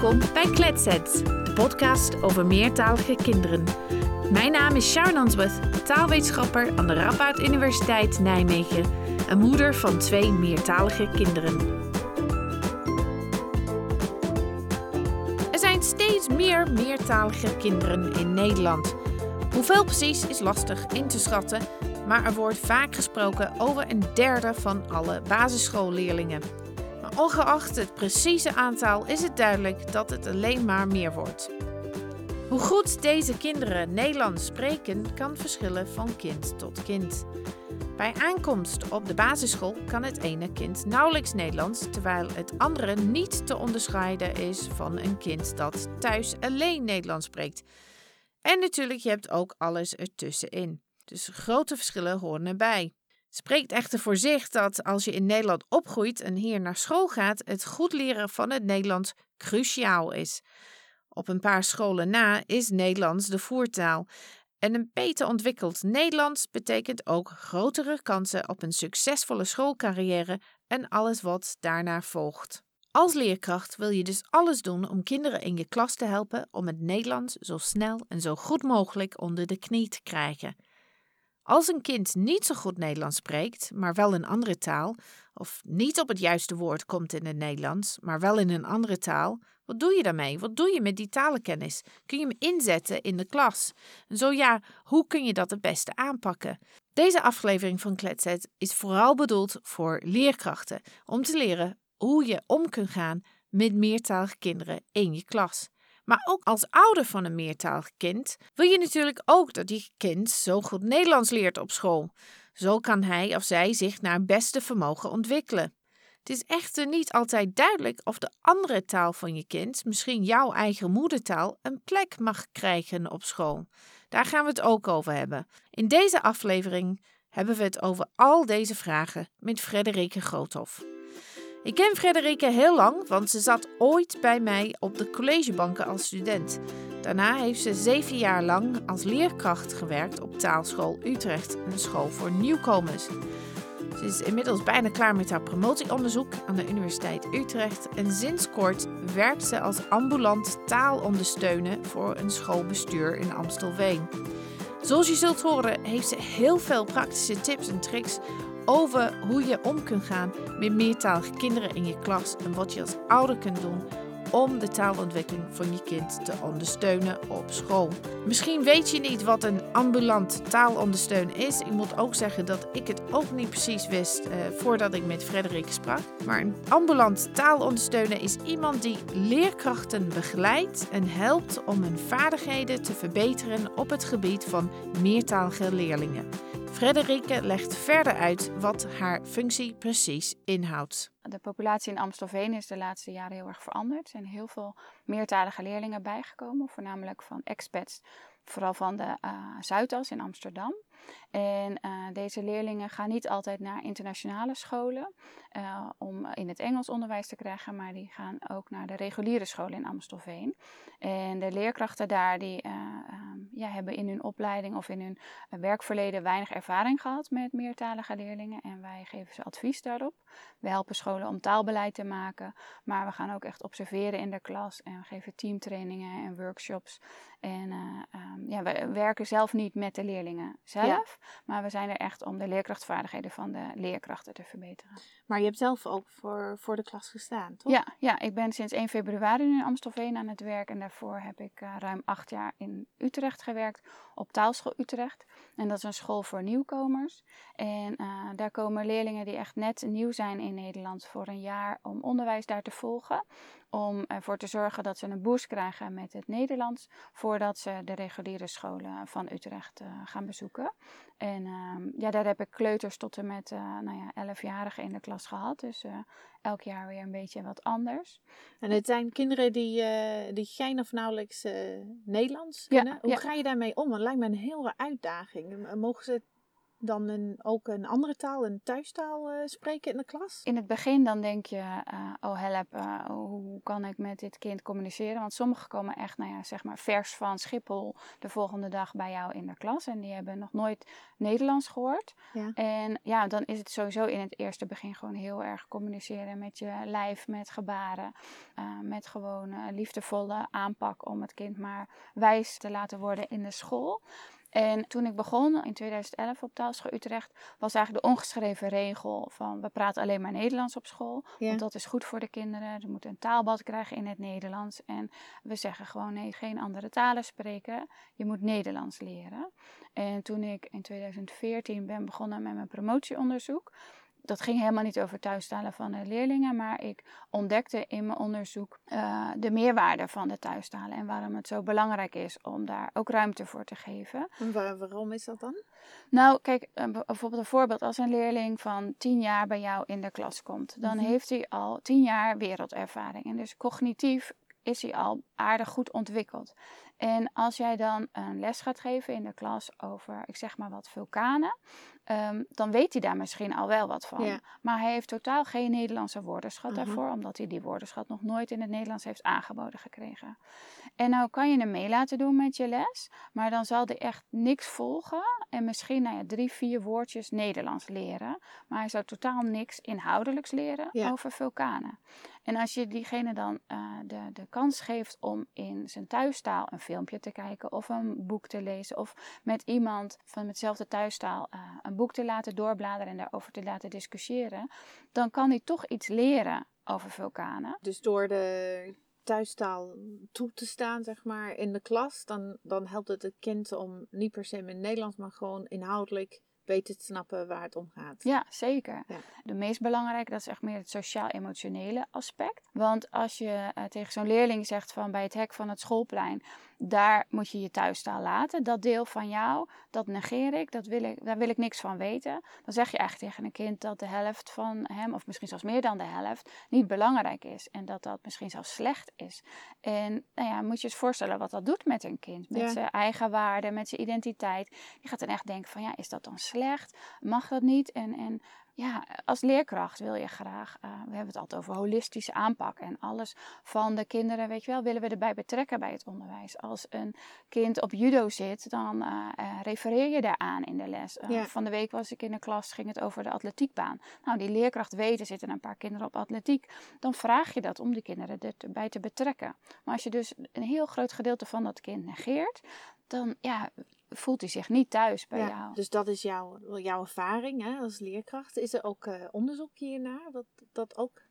Welkom bij Kletsets, de podcast over meertalige kinderen. Mijn naam is Sharon Answorth, taalwetenschapper aan de Radboud Universiteit Nijmegen en moeder van 2 meertalige kinderen. Er zijn steeds meer meertalige kinderen in Nederland. Hoeveel precies is lastig in te schatten, maar er wordt vaak gesproken over 1/3 van alle basisschoolleerlingen. Maar ongeacht het precieze aantal is het duidelijk dat het alleen maar meer wordt. Hoe goed deze kinderen Nederlands spreken kan verschillen van kind tot kind. Bij aankomst op de basisschool kan het ene kind nauwelijks Nederlands, terwijl het andere niet te onderscheiden is van een kind dat thuis alleen Nederlands spreekt. En natuurlijk, je hebt ook alles ertussenin. Dus grote verschillen horen erbij. Het spreekt echter voor zich dat als je in Nederland opgroeit en hier naar school gaat, het goed leren van het Nederlands cruciaal is. Op een paar scholen na is Nederlands de voertaal. En een beter ontwikkeld Nederlands betekent ook grotere kansen op een succesvolle schoolcarrière en alles wat daarna volgt. Als leerkracht wil je dus alles doen om kinderen in je klas te helpen om het Nederlands zo snel en zo goed mogelijk onder de knie te krijgen. Als een kind niet zo goed Nederlands spreekt, maar wel een andere taal, of niet op het juiste woord komt in het Nederlands, maar wel in een andere taal, wat doe je daarmee? Wat doe je met die talenkennis? Kun je hem inzetten in de klas? En zo ja, hoe kun je dat het beste aanpakken? Deze aflevering van Kletsets is vooral bedoeld voor leerkrachten, om te leren hoe je om kunt gaan met meertalige kinderen in je klas. Maar ook als ouder van een meertalig kind wil je natuurlijk ook dat die kind zo goed Nederlands leert op school. Zo kan hij of zij zich naar beste vermogen ontwikkelen. Het is echter niet altijd duidelijk of de andere taal van je kind, misschien jouw eigen moedertaal, een plek mag krijgen op school. Daar gaan we het ook over hebben. In deze aflevering hebben we het over al deze vragen met Frederike Groothoff. Ik ken Frederike heel lang, want ze zat ooit bij mij op de collegebanken als student. Daarna heeft ze 7 jaar lang als leerkracht gewerkt op Taalschool Utrecht, een school voor nieuwkomers. Ze is inmiddels bijna klaar met haar promotieonderzoek aan de Universiteit Utrecht en sinds kort werkt ze als ambulant taalondersteuner voor een schoolbestuur in Amstelveen. Zoals je zult horen heeft ze heel veel praktische tips en tricks over hoe je om kunt gaan met meertalige kinderen in je klas en wat je als ouder kunt doen om de taalontwikkeling van je kind te ondersteunen op school. Misschien weet je niet wat een ambulant taalondersteuner is. Ik moet ook zeggen dat ik het ook niet precies wist voordat ik met Frederike sprak. Maar een ambulant taalondersteuner is iemand die leerkrachten begeleidt en helpt om hun vaardigheden te verbeteren op het gebied van meertalige leerlingen. Frederike legt verder uit wat haar functie precies inhoudt. De populatie in Amstelveen is de laatste jaren heel erg veranderd. Er zijn heel veel meertalige leerlingen bijgekomen, voornamelijk van expats, vooral van de Zuidas in Amsterdam. En deze leerlingen gaan niet altijd naar internationale scholen om in het Engels onderwijs te krijgen, maar die gaan ook naar de reguliere scholen in Amstelveen. En de leerkrachten daar die hebben in hun opleiding of in hun werkverleden weinig ervaring gehad met meertalige leerlingen. En wij geven ze advies daarop. We helpen scholen om taalbeleid te maken, maar we gaan ook echt observeren in de klas en we geven teamtrainingen en workshops. En we werken zelf niet met de leerlingen zelf, maar we zijn er echt om de leerkrachtvaardigheden van de leerkrachten te verbeteren. Maar je hebt zelf ook voor de klas gestaan, toch? Ja, ik ben sinds 1 februari in Amstelveen aan het werk en daarvoor heb ik ruim 8 jaar in Utrecht gewerkt op Taalschool Utrecht. En dat is een school voor nieuwkomers. En daar komen leerlingen die echt net nieuw zijn in Nederland voor een jaar om onderwijs daar te volgen. Om ervoor te zorgen dat ze een boost krijgen met het Nederlands voordat ze de reguliere scholen van Utrecht gaan bezoeken. En daar heb ik kleuters tot en met 11-jarigen in de klas gehad. Dus elk jaar weer een beetje wat anders. En het zijn kinderen die geen of nauwelijks Nederlands kennen. Hoe ga je daarmee om? Dat lijkt me een hele uitdaging. Mogen ze dan ook een andere taal, een thuistaal spreken in de klas? In het begin dan denk je, oh help, hoe kan ik met dit kind communiceren? Want sommigen komen echt, zeg maar vers van Schiphol de volgende dag bij jou in de klas. En die hebben nog nooit Nederlands gehoord. Ja. En ja, dan is het sowieso in het eerste begin gewoon heel erg communiceren met je lijf, met gebaren. Met gewoon liefdevolle aanpak om het kind maar wijs te laten worden in de school. En toen ik begon in 2011 op Taalschool Utrecht, was eigenlijk de ongeschreven regel van we praten alleen maar Nederlands op school. Ja. Want dat is goed voor de kinderen. Ze moeten een taalbad krijgen in het Nederlands. En we zeggen gewoon nee, geen andere talen spreken. Je moet Nederlands leren. En toen ik in 2014 ben begonnen met mijn promotieonderzoek. Dat ging helemaal niet over thuistalen van de leerlingen, maar ik ontdekte in mijn onderzoek de meerwaarde van de thuistalen en waarom het zo belangrijk is om daar ook ruimte voor te geven. En waarom is dat dan? Nou, kijk, bijvoorbeeld een voorbeeld. Als een leerling van 10 jaar bij jou in de klas komt, dan heeft hij al 10 jaar wereldervaring. En dus cognitief is hij al aardig goed ontwikkeld. En als jij dan een les gaat geven in de klas over, ik zeg maar wat, vulkanen, dan weet hij daar misschien al wel wat van. Ja. Maar hij heeft totaal geen Nederlandse woordenschat daarvoor, omdat hij die woordenschat nog nooit in het Nederlands heeft aangeboden gekregen. En nou kan je hem mee laten doen met je les, maar dan zal hij echt niks volgen en misschien 3, 4 woordjes Nederlands leren. Maar hij zou totaal niks inhoudelijks leren over vulkanen. En als je diegene dan de kans geeft om in zijn thuistaal een filmpje te kijken of een boek te lezen of met iemand van hetzelfde thuistaal een boek te laten doorbladeren en daarover te laten discussiëren, dan kan hij toch iets leren over vulkanen. Dus door de thuistaal toe te staan, zeg maar, in de klas, dan helpt het kind om niet per se met Nederlands, maar gewoon inhoudelijk beter te snappen waar het om gaat. Ja, zeker. Ja. De meest belangrijke, dat is echt meer het sociaal-emotionele aspect. Want als je tegen zo'n leerling zegt van bij het hek van het schoolplein, daar moet je je thuistaal laten. Dat deel van jou, dat negeer ik, daar wil ik niks van weten. Dan zeg je eigenlijk tegen een kind dat de helft van hem, of misschien zelfs meer dan de helft, niet belangrijk is. En dat dat misschien zelfs slecht is. En moet je eens voorstellen wat dat doet met een kind. Met zijn eigen waarde, met zijn identiteit. Die gaat dan echt denken van is dat dan slecht? Mag dat niet? En als leerkracht wil je graag, we hebben het altijd over holistische aanpak en alles van de kinderen, weet je wel, willen we erbij betrekken bij het onderwijs. Als een kind op judo zit, dan refereer je daaraan in de les. Van de week was ik in de klas, ging het over de atletiekbaan. Nou, die leerkracht weet, er zitten een paar kinderen op atletiek. Dan vraag je dat om die kinderen erbij te betrekken. Maar als je dus een heel groot gedeelte van dat kind negeert, dan voelt hij zich niet thuis bij jou. Dus dat is jouw ervaring als leerkracht. Is er ook onderzoek hiernaar dat ook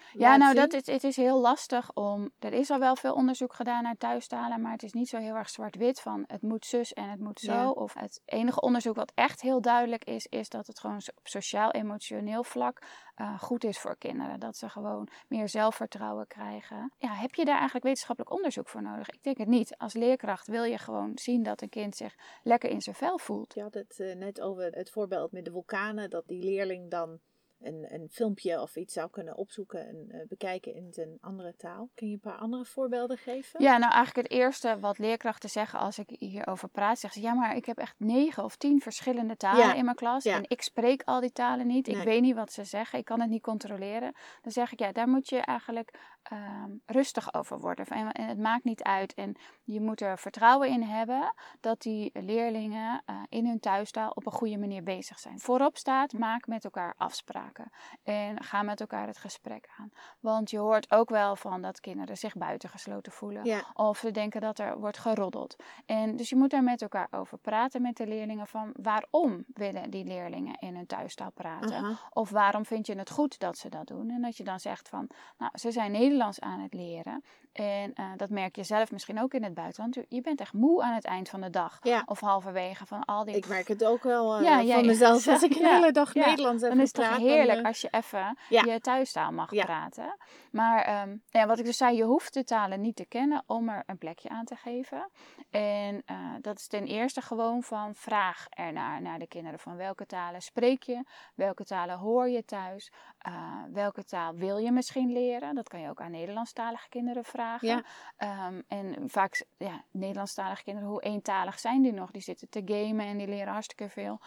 het is heel lastig er is al wel veel onderzoek gedaan naar thuistalen, maar het is niet zo heel erg zwart-wit van het moet zus en het moet zo. Ja. Of het enige onderzoek wat echt heel duidelijk is dat het gewoon op sociaal-emotioneel vlak goed is voor kinderen. Dat ze gewoon meer zelfvertrouwen krijgen. Ja, heb je daar eigenlijk wetenschappelijk onderzoek voor nodig? Ik denk het niet. Als leerkracht wil je gewoon zien dat een kind zich lekker in zijn vel voelt. Je had het net over het voorbeeld met de vulkanen, dat die leerling dan een filmpje of iets zou kunnen opzoeken en bekijken in zijn andere taal. Kun je een paar andere voorbeelden geven? Ja, nou eigenlijk het eerste wat leerkrachten zeggen als ik hierover praat, zeggen ze, ja, maar ik heb echt 9 of 10 verschillende talen in mijn klas en ik spreek al die talen niet. Ik weet niet wat ze zeggen, ik kan het niet controleren. Dan zeg ik, daar moet je eigenlijk rustig over worden. En het maakt niet uit en je moet er vertrouwen in hebben dat die leerlingen in hun thuistaal op een goede manier bezig zijn. Voorop staat, maak met elkaar afspraken. En ga met elkaar het gesprek aan. Want je hoort ook wel van dat kinderen zich buitengesloten voelen. Ja. Of ze denken dat er wordt geroddeld. En dus je moet daar met elkaar over praten met de leerlingen van waarom willen die leerlingen in hun thuistaal praten? Of waarom vind je het goed dat ze dat doen? En dat je dan zegt van, nou, ze zijn Nederlands aan het leren. En dat merk je zelf misschien ook in het buitenland. Je bent echt moe aan het eind van de dag. Ja. Of halverwege van al die... Ik merk het ook wel van mezelf. Als ik een hele dag Nederlands heb dan is het gepraat, heerlijk als je even je thuistaal mag praten. Maar wat ik dus zei, je hoeft de talen niet te kennen om er een plekje aan te geven. En dat is ten eerste gewoon van vraag ernaar naar de kinderen. Van welke talen spreek je? Welke talen hoor je thuis? Welke taal wil je misschien leren? Dat kan je ook ook aan Nederlandstalige kinderen vragen. Ja. En vaak, Nederlandstalige kinderen, hoe eentalig zijn die nog? Die zitten te gamen en die leren hartstikke veel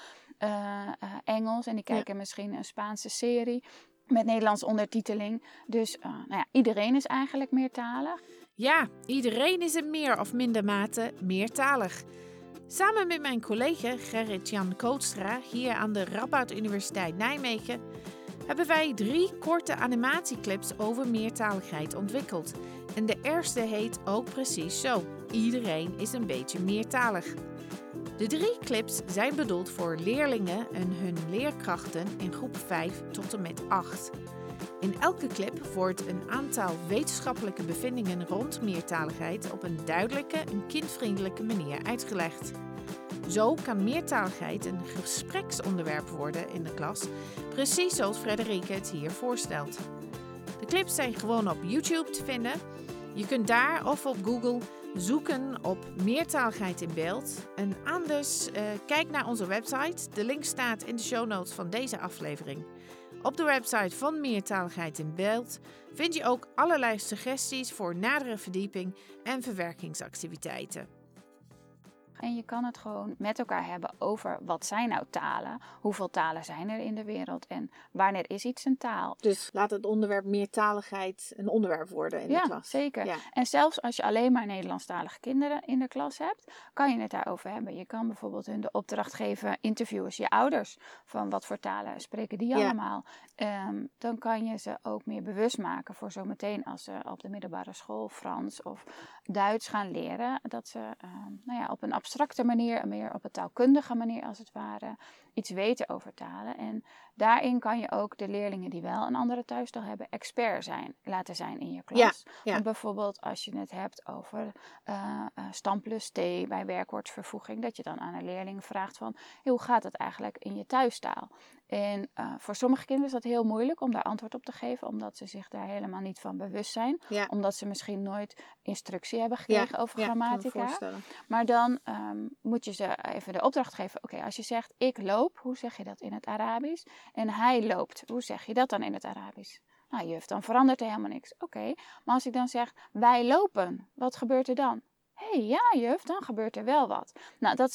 Engels. En die kijken misschien een Spaanse serie met Nederlands ondertiteling. Dus iedereen is eigenlijk meertalig. Ja, iedereen is in meer of minder mate meertalig. Samen met mijn collega Gerrit-Jan Kootstra hier aan de Radboud Universiteit Nijmegen hebben wij 3 korte animatieclips over meertaligheid ontwikkeld. En de eerste heet ook precies zo. Iedereen is een beetje meertalig. De 3 clips zijn bedoeld voor leerlingen en hun leerkrachten in groep 5 tot en met 8. In elke clip wordt een aantal wetenschappelijke bevindingen rond meertaligheid op een duidelijke en kindvriendelijke manier uitgelegd. Zo kan meertaligheid een gespreksonderwerp worden in de klas, precies zoals Frederike het hier voorstelt. De clips zijn gewoon op YouTube te vinden. Je kunt daar of op Google zoeken op meertaligheid in beeld. En anders kijk naar onze website. De link staat in de show notes van deze aflevering. Op de website van Meertaligheid in Beeld vind je ook allerlei suggesties voor nadere verdieping en verwerkingsactiviteiten. En je kan het gewoon met elkaar hebben over wat zijn nou talen? Hoeveel talen zijn er in de wereld? En wanneer is iets een taal? Dus laat het onderwerp meertaligheid een onderwerp worden in de klas. Ja, zeker. Ja. En zelfs als je alleen maar Nederlandstalige kinderen in de klas hebt, kan je het daarover hebben. Je kan bijvoorbeeld hun de opdracht geven, interviewen je ouders. Van wat voor talen spreken die allemaal? Dan kan je ze ook meer bewust maken voor zometeen als ze op de middelbare school Frans of Duits gaan leren. Dat ze op een abstracte manier, meer op een taalkundige manier als het ware, iets weten over talen. En daarin kan je ook de leerlingen die wel een andere thuistaal hebben, expert laten zijn in je klas. Ja. Want bijvoorbeeld als je het hebt over stam plus T bij werkwoordvervoeging, dat je dan aan een leerling vraagt van, hoe gaat het eigenlijk in je thuistaal? En voor sommige kinderen is dat heel moeilijk om daar antwoord op te geven, omdat ze zich daar helemaal niet van bewust zijn. Ja. Omdat ze misschien nooit instructie hebben gekregen over grammatica. Maar dan moet je ze even de opdracht geven. Oké, als je zegt ik loop, hoe zeg je dat in het Arabisch? En hij loopt, hoe zeg je dat dan in het Arabisch? Nou juf, dan verandert er helemaal niks. Oké, maar als ik dan zeg wij lopen, wat gebeurt er dan? Ja juf, dan gebeurt er wel wat. Nou,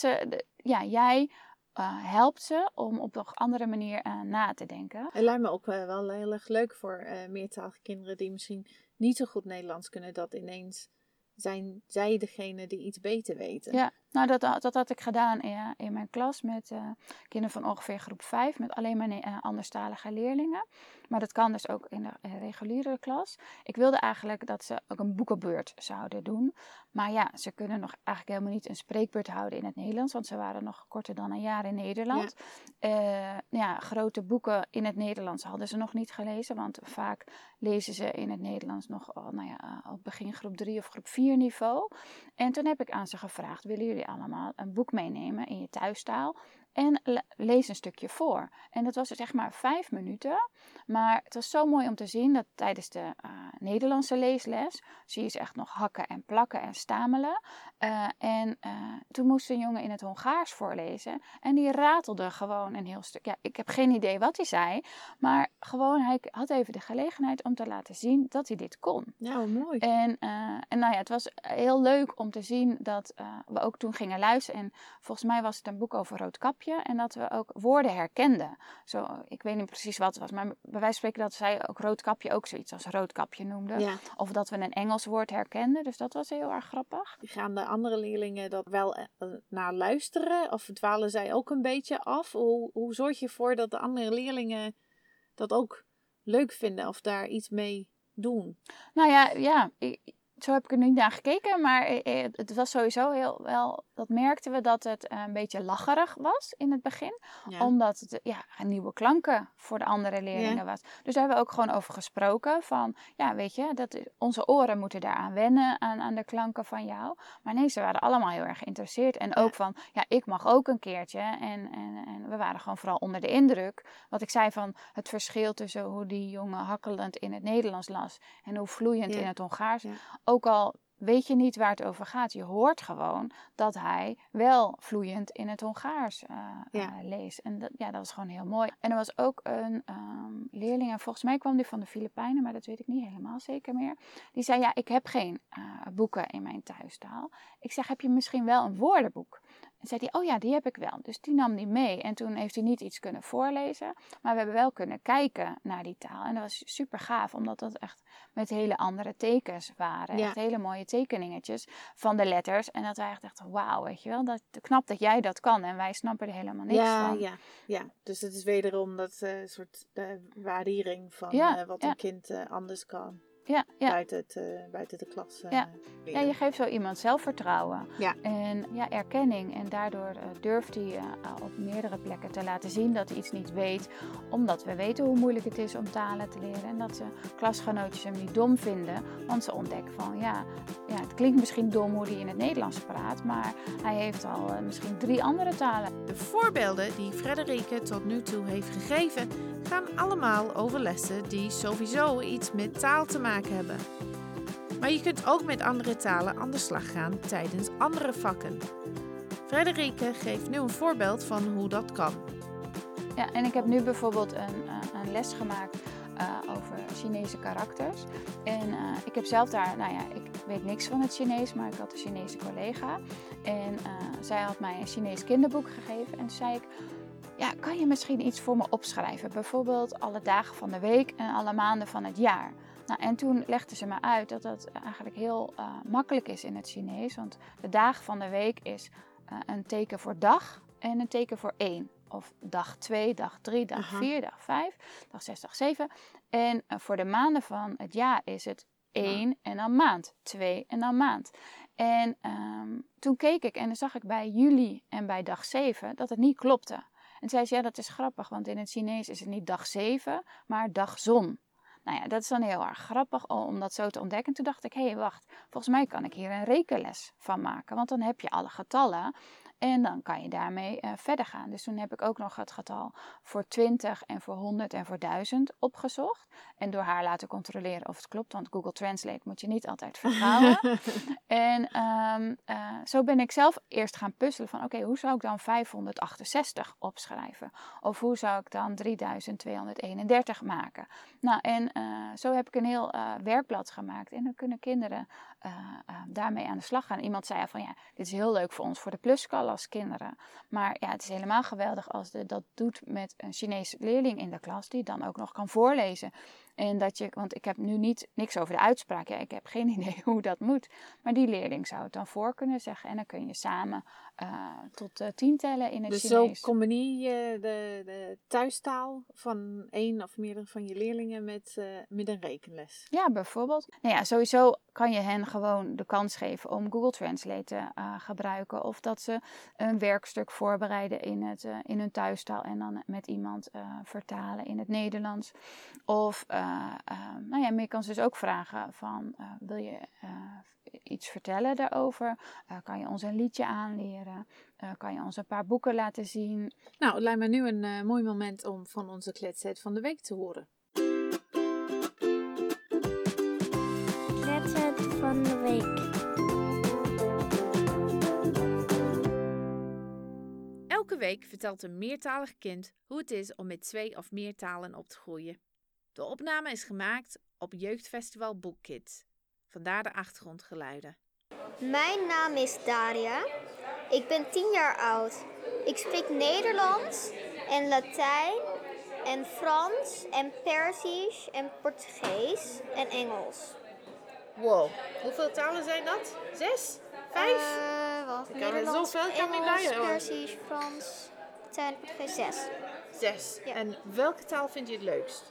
jij helpt ze om op een andere manier na te denken. Het lijkt me ook wel heel erg leuk voor meertalige kinderen die misschien niet zo goed Nederlands kunnen, dat ineens zijn zij degene die iets beter weten. Ja, nou dat had ik gedaan in mijn klas met kinderen van ongeveer groep 5, met alleen maar anderstalige leerlingen. Maar dat kan dus ook in de reguliere klas. Ik wilde eigenlijk dat ze ook een boekenbeurt zouden doen. Maar ja, ze kunnen nog eigenlijk helemaal niet een spreekbeurt houden in het Nederlands, want ze waren nog korter dan een jaar in Nederland. Grote boeken in het Nederlands hadden ze nog niet gelezen, want vaak lezen ze in het Nederlands nog op begin groep 3 of groep 4 niveau. En toen heb ik aan ze gevraagd, willen jullie allemaal een boek meenemen in je thuistaal? En lees een stukje voor. En dat was zeg maar 5 minuten. Maar het was zo mooi om te zien dat tijdens de Nederlandse leesles zie je ze echt nog hakken en plakken en stamelen. Toen moest een jongen in het Hongaars voorlezen. En die ratelde gewoon een heel stuk. Ja, ik heb geen idee wat hij zei. Maar gewoon, hij had even de gelegenheid om te laten zien dat hij dit kon. Ja, mooi. Het was heel leuk om te zien dat we ook toen gingen luisteren. En volgens mij was het een boek over Roodkapje. En dat we ook woorden herkenden. Zo, ik weet niet precies wat het was. Maar bij wijze van spreken dat zij ook Roodkapje ook zoiets als Roodkapje noemden. Ja. Of dat we een Engels woord herkenden. Dus dat was heel erg grappig. Gaan de andere leerlingen dat wel naar luisteren? Of dwalen zij ook een beetje af? Hoe zorg je ervoor dat de andere leerlingen dat ook leuk vinden? Of daar iets mee doen? Nou ja. Zo heb ik er niet naar gekeken, maar het was sowieso heel wel. Dat merkten we dat het een beetje lacherig was in het begin. Ja. Omdat het nieuwe klanken voor de andere leerlingen was. Dus daar hebben we ook gewoon over gesproken. Van weet je, onze oren moeten daaraan wennen aan de klanken van jou. Maar nee, ze waren allemaal heel erg geïnteresseerd. En ook van, ik mag ook een keertje. En we waren gewoon vooral onder de indruk. Wat ik zei van het verschil tussen hoe die jongen hakkelend in het Nederlands las. En hoe vloeiend in het Hongaars. Ja. Ook al weet je niet waar het over gaat. Je hoort gewoon dat hij wel vloeiend in het Hongaars leest. En dat was gewoon heel mooi. En er was ook een leerling, en volgens mij kwam die van de Filipijnen, maar dat weet ik niet helemaal zeker meer. Die zei, ja, ik heb geen boeken in mijn thuistaal. Ik zeg, heb je misschien wel een woordenboek? En zei hij, oh ja, die heb ik wel. Dus die nam die mee. En toen heeft hij niet iets kunnen voorlezen. Maar we hebben wel kunnen kijken naar die taal. En dat was super gaaf, omdat dat echt met hele andere tekens waren. Ja. Echt hele mooie tekeningetjes van de letters. En dat wij echt dachten, wauw, weet je wel. Knap dat jij dat kan. En wij snappen er helemaal niks van. Ja, dus het is wederom dat soort waardering van wat een kind anders kan. Ja. Buiten de klas. Ja, je geeft zo iemand zelfvertrouwen Ja. en erkenning. En daardoor durft hij op meerdere plekken te laten zien dat hij iets niet weet. Omdat we weten hoe moeilijk het is om talen te leren. En dat ze klasgenootjes hem niet dom vinden. Want ze ontdekken van het klinkt misschien dom hoe hij in het Nederlands praat. Maar hij heeft al misschien 3 andere talen. De voorbeelden die Frederike tot nu toe heeft gegeven gaan allemaal over lessen die sowieso iets met taal te maken hebben. Maar je kunt ook met andere talen aan de slag gaan tijdens andere vakken. Frederike geeft nu een voorbeeld van hoe dat kan. Ja, en ik heb nu bijvoorbeeld een les gemaakt over Chinese karakters. En ik heb zelf daar, ik weet niks van het Chinees, maar ik had een Chinese collega. En zij had mij een Chinees kinderboek gegeven. En toen zei ik, kan je misschien iets voor me opschrijven? Bijvoorbeeld alle dagen van de week en alle maanden van het jaar. En toen legde ze me uit dat dat eigenlijk heel makkelijk is in het Chinees. Want de dagen van de week is een teken voor dag en een teken voor 1. Of dag 2, dag 3, dag 4, dag 5, dag 6, dag 7. En voor de maanden van het jaar is het 1 en dan maand, 2 en dan maand. En toen keek ik en dan zag ik bij juli en bij dag 7 dat het niet klopte. En zei ze, dat is grappig, want in het Chinees is het niet dag 7, maar dag zon. Dat is dan heel erg grappig om dat zo te ontdekken. Toen dacht ik, wacht, volgens mij kan ik hier een rekenles van maken. Want dan heb je alle getallen en dan kan je daarmee verder gaan. Dus toen heb ik ook nog het getal voor 20 en voor 100 en voor 1000 opgezocht. En door haar laten controleren of het klopt, want Google Translate moet je niet altijd vertrouwen. En zo ben ik zelf eerst gaan puzzelen van, hoe zou ik dan 568 opschrijven? Of hoe zou ik dan 3231 maken? En zo heb ik een heel werkblad gemaakt. En dan kunnen kinderen daarmee aan de slag gaan. Iemand zei van, dit is heel leuk voor ons, voor de plusklas kinderen. Maar het is helemaal geweldig als je dat doet met een Chinese leerling in de klas, die dan ook nog kan voorlezen. En want ik heb nu niks over de uitspraak. Ik heb geen idee hoe dat moet. Maar die leerling zou het dan voor kunnen zeggen. En dan kun je samen tot 10 tellen in het dus Chinees. Dus zo combineer je de thuistaal van 1 of meerdere van je leerlingen met een rekenles. Ja, bijvoorbeeld. Sowieso kan je hen gewoon de kans geven om Google Translate te gebruiken. Of dat ze een werkstuk voorbereiden in hun thuistaal en dan met iemand vertalen in het Nederlands. Of je kan ze dus ook vragen van, wil je iets vertellen daarover? Kan je ons een liedje aanleren? Kan je ons een paar boeken laten zien? Nou, het lijkt me nu een mooi moment om van onze kletset van de week te horen. Kletset van de week. Elke week vertelt een meertalig kind hoe het is om met 2 of meer talen op te groeien. De opname is gemaakt op Jeugdfestival Boekkids. Vandaar de achtergrondgeluiden. Mijn naam is Daria. Ik ben 10 jaar oud. Ik spreek Nederlands en Latijn en Frans en Perzisch en Portugees en Engels. Wow, hoeveel talen zijn dat? 6? 5? Nederlands, zoveel, kan niet Engels, blijven. Perzisch, Frans, Latijn, Portugees, 6. 6. Ja. En welke taal vind je het leukst?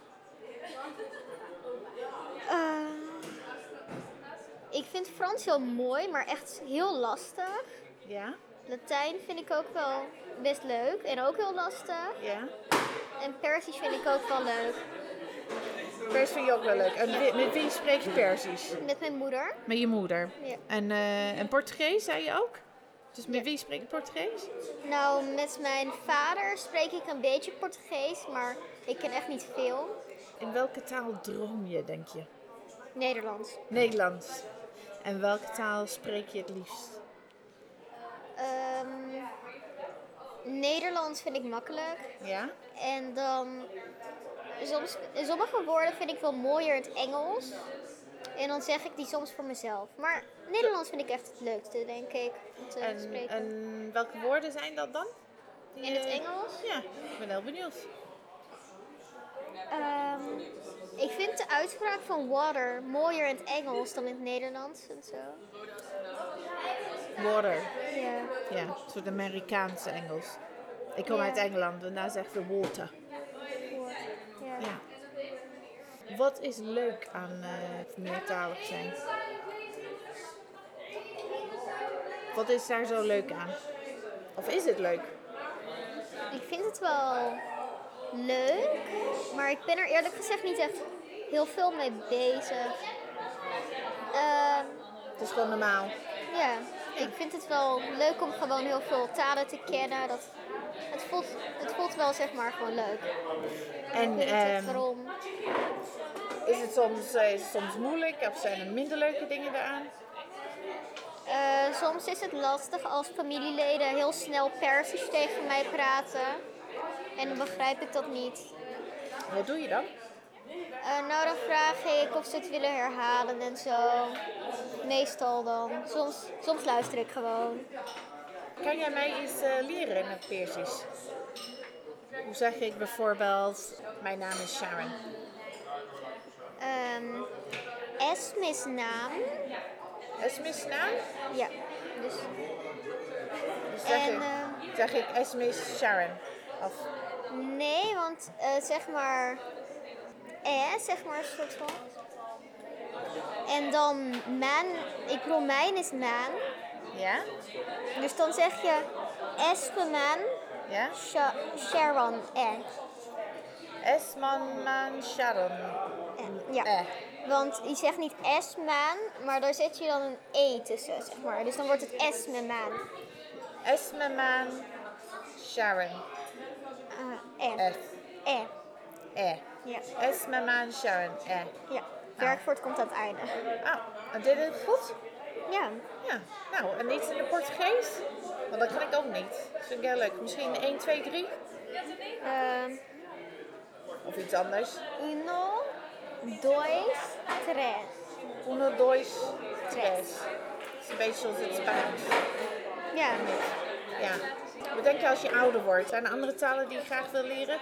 Ik vind Frans heel mooi, maar echt heel lastig. Ja? Latijn vind ik ook wel best leuk en ook heel lastig. Ja? En Perzisch vind ik ook wel leuk. Perzisch vind je ook wel leuk. En met wie spreek je Perzisch? Met mijn moeder. Met je moeder. Ja. En Portugees, zei je ook? Dus met Ja. wie spreek je Portugees? Nou, met mijn vader spreek ik een beetje Portugees, maar ik ken echt niet veel. In welke taal droom je, denk je? Nederlands. Nederlands. En welke taal spreek je het liefst? Nederlands vind ik makkelijk. Ja? En dan sommige woorden vind ik wel mooier in het Engels. En dan zeg ik die soms voor mezelf. Maar Nederlands vind ik echt het leukste, denk ik, om te spreken. En welke woorden zijn dat dan? In het Engels? Ja, ik ben heel benieuwd. Ik vind de uitspraak van water mooier in het Engels dan in het Nederlands en zo. Water. Ja. Ja, een soort Amerikaanse Engels. Ik kom Ja. uit Engeland en daar zeggen we water. Ja. Ja. Wat is leuk aan meertalig zijn? Wat is daar zo leuk aan? Of is het leuk? Ik vind het wel leuk, maar ik ben er eerlijk gezegd niet echt heel veel mee bezig. Het is gewoon normaal. Ja, ik vind het wel leuk om gewoon heel veel talen te kennen. Het voelt wel zeg maar gewoon leuk. En Ik weet niet waarom. is het soms moeilijk of zijn er minder leuke dingen eraan? Soms is het lastig als familieleden heel snel Persisch tegen mij praten. En dan begrijp ik dat niet. Wat doe je dan? Nou, dan vraag ik of ze het willen herhalen en zo. Meestal dan. Soms luister ik gewoon. Kan jij mij eens leren in het Persisch? Hoe zeg ik bijvoorbeeld, mijn naam is Sharon. Esmis naam. Esmis naam? Ja, dus. Dus En, zeg ik Esmis Sharon. Of, nee, want zeg maar. Zeg maar een soort van. En dan man. Ik bedoel, mijn is man. ja? Dus dan zeg je Esman Ja? Sharon. Esman Sharon. Ja. Want je zegt niet Esman, maar daar zet je dan een E tussen, zeg maar. Dus dan wordt het Esmeman. Esmeman Sharon. Ja. Esmeman Sharon. Ja. Werkwoord komt aan het einde. En deed het goed? Ja. Ja. Nou, en iets in het Portugees? Want dat kan ik ook niet. Dat vind ik heel leuk. Misschien 1, 2, 3? Of iets anders. Uno, dois, tres. Uno, dos, tres. Het is een beetje zoals het Spaans. Ja. Ja. Wat denk je als je ouder wordt? Zijn er andere talen die je graag wil leren?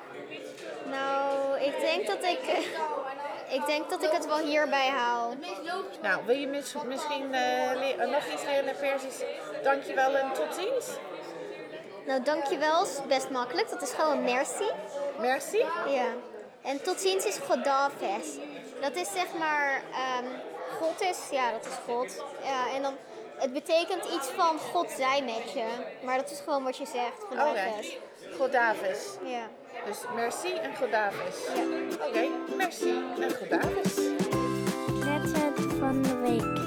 Nou, ik denk dat ik het wel hierbij hou. Nou, wil je misschien nog iets leren in Persisch? Dankjewel en tot ziens. Nou, dankjewel is best makkelijk. Dat is gewoon merci. Merci. Ja. En tot ziens is Godafes. Dat is zeg maar, God is, ja, dat is God. Ja, en dan, het betekent iets van God zij met je. Maar dat is gewoon wat je zegt, Godafes. Godafes. Ja. Dus merci en Godafes. Ja. Oké, merci en Godafes. Kletsen van de week.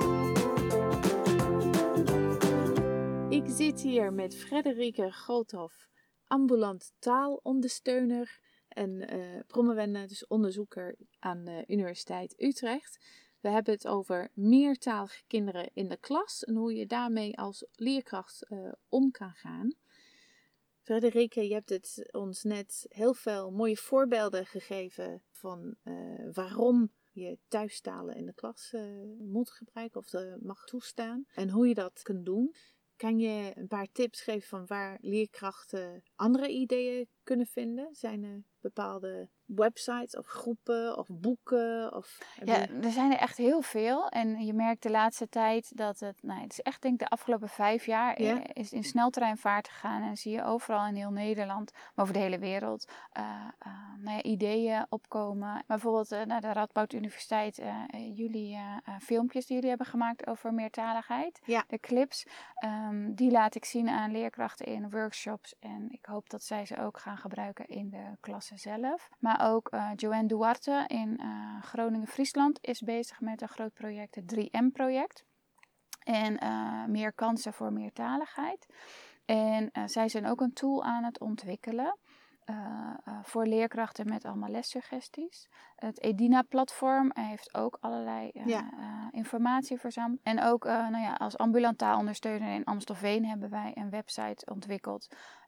Ik zit hier met Frederike Groothoff, ambulant taalondersteuner en promovenda, dus onderzoeker aan de Universiteit Utrecht. We hebben het over meertalige kinderen in de klas en hoe je daarmee als leerkracht om kan gaan. Frederike, je hebt het ons net heel veel mooie voorbeelden gegeven van waarom je thuistalen in de klas moet gebruiken of mag toestaan en hoe je dat kunt doen. Kan je een paar tips geven van waar leerkrachten andere ideeën kunnen vinden? Zijn er bepaalde websites of groepen of boeken? Ja, er zijn er echt heel veel. En je merkt de laatste tijd dat het is echt denk ik de afgelopen 5 jaar is in sneltreinvaart gegaan. En zie je overal in heel Nederland, maar over de hele wereld, ideeën opkomen. Bijvoorbeeld de Radboud Universiteit, jullie filmpjes die jullie hebben gemaakt over meertaligheid. Ja. De clips, die laat ik zien aan leerkrachten in workshops. En ik hoop dat zij ze ook gaan gebruiken in de klassen zelf. Maar ook Joanne Duarte in Groningen-Friesland is bezig met een groot project, het 3M-project. En meer kansen voor meertaligheid. En zij zijn ook een tool aan het ontwikkelen voor leerkrachten met allemaal lessuggesties. Het Edina-platform heeft ook allerlei informatie verzameld. En ook als ambulant taalondersteuner in Amstelveen hebben wij een website ontwikkeld.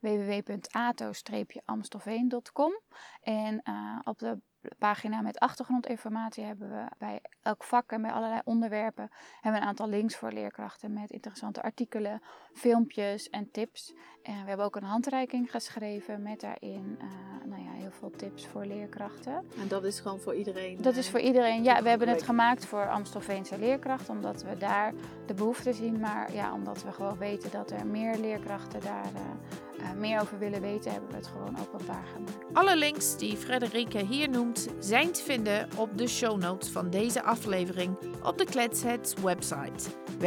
www.ato-amstelveen.com. En op de pagina met achtergrondinformatie hebben we bij elk vak en bij allerlei onderwerpen hebben we een aantal links voor leerkrachten met interessante artikelen, filmpjes en tips. En we hebben ook een handreiking geschreven met daarin heel veel tips voor leerkrachten. En dat is gewoon voor iedereen? Dat is voor iedereen. Ja, we hebben het gemaakt voor Amstelveense leerkrachten, omdat we daar de behoefte zien. Maar ja, omdat we gewoon weten dat er meer leerkrachten daar meer over willen weten, hebben we het gewoon openbaar gemaakt. Alle links die Frederike hier noemt zijn te vinden op de show notes van deze aflevering op de Kletsheads website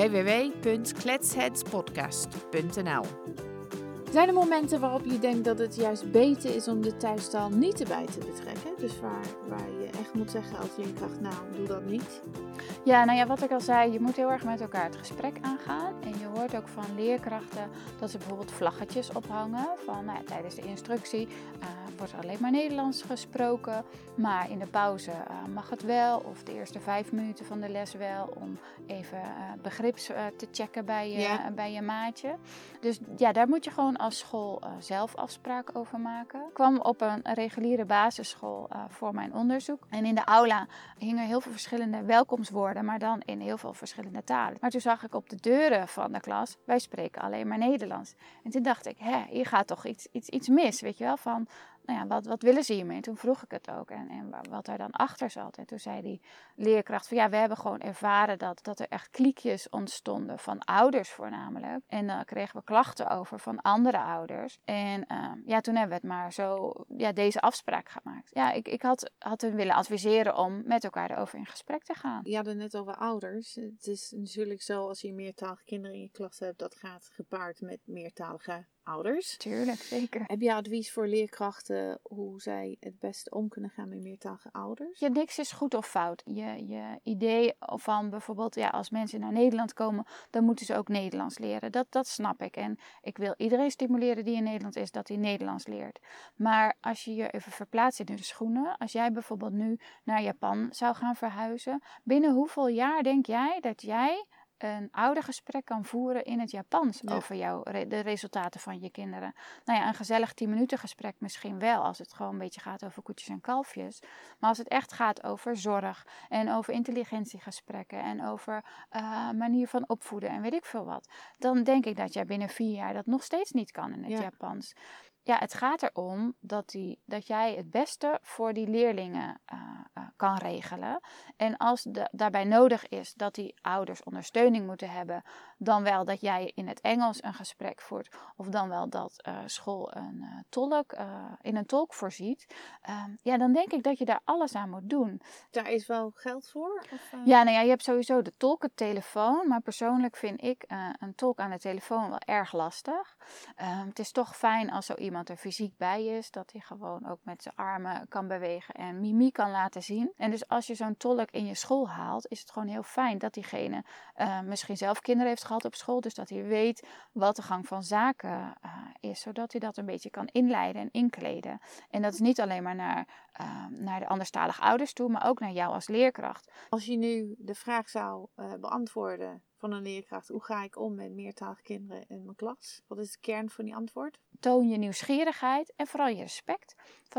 www.kletsheadspodcast.nl. Zijn er momenten waarop je denkt dat het juist beter is om de thuistaal niet erbij te betrekken? Dus waar je echt moet zeggen als leerkracht, doe dat niet. Ja, wat ik al zei, je moet heel erg met elkaar het gesprek aangaan. En je hoort ook van leerkrachten dat ze bijvoorbeeld vlaggetjes ophangen. Van tijdens de instructie wordt er alleen maar Nederlands gesproken. Maar in de pauze mag het wel. Of de eerste 5 minuten van de les wel. Om even begrip te checken bij je maatje. Dus ja, daar moet je gewoon als school zelf afspraken over maken. Ik kwam op een reguliere basisschool voor mijn onderzoek. En in de aula hingen heel veel verschillende welkomstwoorden, maar dan in heel veel verschillende talen. Maar toen zag ik op de deuren van de klas, wij spreken alleen maar Nederlands. En toen dacht ik, hier gaat toch iets mis, weet je wel, van wat willen ze hiermee? En toen vroeg ik het ook en wat er dan achter zat. En toen zei die leerkracht van we hebben gewoon ervaren dat er echt kliekjes ontstonden van ouders voornamelijk. En dan kregen we klachten over van andere ouders. En toen hebben we het maar zo, deze afspraak gemaakt. Ja, ik had hun willen adviseren om met elkaar erover in gesprek te gaan. Je had het net over ouders. Het is natuurlijk zo als je meertalige kinderen in je klas hebt, dat gaat gepaard met meertalige ouders. Tuurlijk, zeker. Heb je advies voor leerkrachten hoe zij het beste om kunnen gaan met meertalige ouders? Ja, niks is goed of fout. Je idee van bijvoorbeeld, als mensen naar Nederland komen, dan moeten ze ook Nederlands leren. Dat snap ik. En ik wil iedereen stimuleren die in Nederland is, dat hij Nederlands leert. Maar als je je even verplaatst in de schoenen, als jij bijvoorbeeld nu naar Japan zou gaan verhuizen, binnen hoeveel jaar denk jij dat jij een oudergesprek kan voeren in het Japans over de resultaten van je kinderen. Een gezellig 10 minuten gesprek misschien wel, als het gewoon een beetje gaat over koetjes en kalfjes. Maar als het echt gaat over zorg en over intelligentiegesprekken en over manier van opvoeden en weet ik veel wat, dan denk ik dat jij binnen 4 jaar dat nog steeds niet kan in het Japans. Ja, het gaat erom dat jij het beste voor die leerlingen kan regelen. En als daarbij nodig is dat die ouders ondersteuning moeten hebben, dan wel dat jij in het Engels een gesprek voert. Of dan wel dat school een tolk in een tolk voorziet. Dan denk ik dat je daar alles aan moet doen. Daar is wel geld voor? Of, Ja, je hebt sowieso de tolkentelefoon. Maar persoonlijk vind ik een tolk aan de telefoon wel erg lastig. Het is toch fijn als zo iemand er fysiek bij is, dat hij gewoon ook met zijn armen kan bewegen en mimiek kan laten zien. En dus als je zo'n tolk in je school haalt, is het gewoon heel fijn dat diegene misschien zelf kinderen heeft gehad op school, dus dat hij weet wat de gang van zaken is, zodat hij dat een beetje kan inleiden en inkleden. En dat is niet alleen maar naar de anderstalige ouders toe, maar ook naar jou als leerkracht. Als je nu de vraag zou beantwoorden van een leerkracht, hoe ga ik om met meertalige kinderen in mijn klas? Wat is de kern van die antwoord? Toon je nieuwsgierigheid en vooral je respect.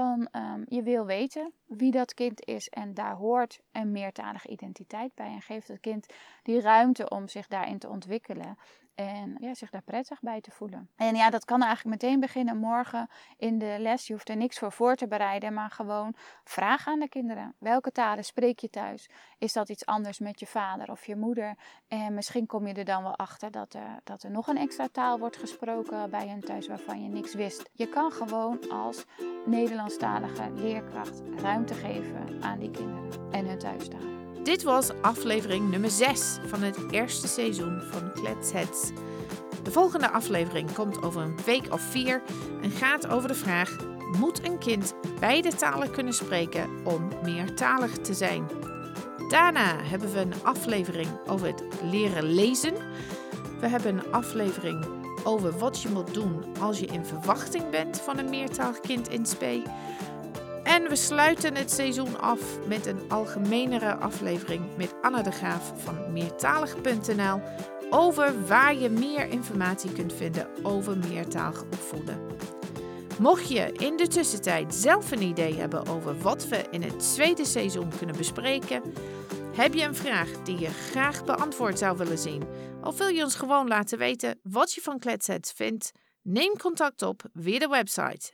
Je wil weten wie dat kind is en daar hoort een meertalige identiteit bij. En geeft het kind die ruimte om zich daarin te ontwikkelen. En zich daar prettig bij te voelen. En dat kan eigenlijk meteen beginnen morgen in de les. Je hoeft er niks voor te bereiden, maar gewoon vraag aan de kinderen. Welke talen spreek je thuis? Is dat iets anders met je vader of je moeder? En misschien kom je er dan wel achter dat er nog een extra taal wordt gesproken bij hen thuis waarvan je niks wist. Je kan gewoon als Nederlandstalige leerkracht ruimte geven aan die kinderen en hun thuistalen. Dit was aflevering nummer 6 van het eerste seizoen van Kletsheads. De volgende aflevering komt over een week of 4 en gaat over de vraag: moet een kind beide talen kunnen spreken om meertalig te zijn? Daarna hebben we een aflevering over het leren lezen. We hebben een aflevering over wat je moet doen als je in verwachting bent van een meertalig kind in spe. En we sluiten het seizoen af met een algemenere aflevering met Anna de Graaf van meertalig.nl over waar je meer informatie kunt vinden over meertalig opvoeden. Mocht je in de tussentijd zelf een idee hebben over wat we in het tweede seizoen kunnen bespreken, heb je een vraag die je graag beantwoord zou willen zien, of wil je ons gewoon laten weten wat je van Kletsets vindt, neem contact op via de website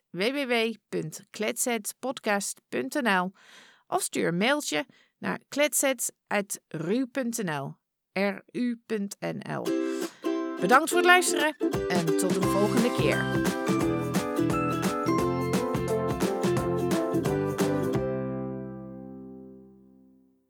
www.kletsetspodcast.nl of stuur een mailtje naar kletsets@ru.nl. Bedankt voor het luisteren en tot de volgende keer.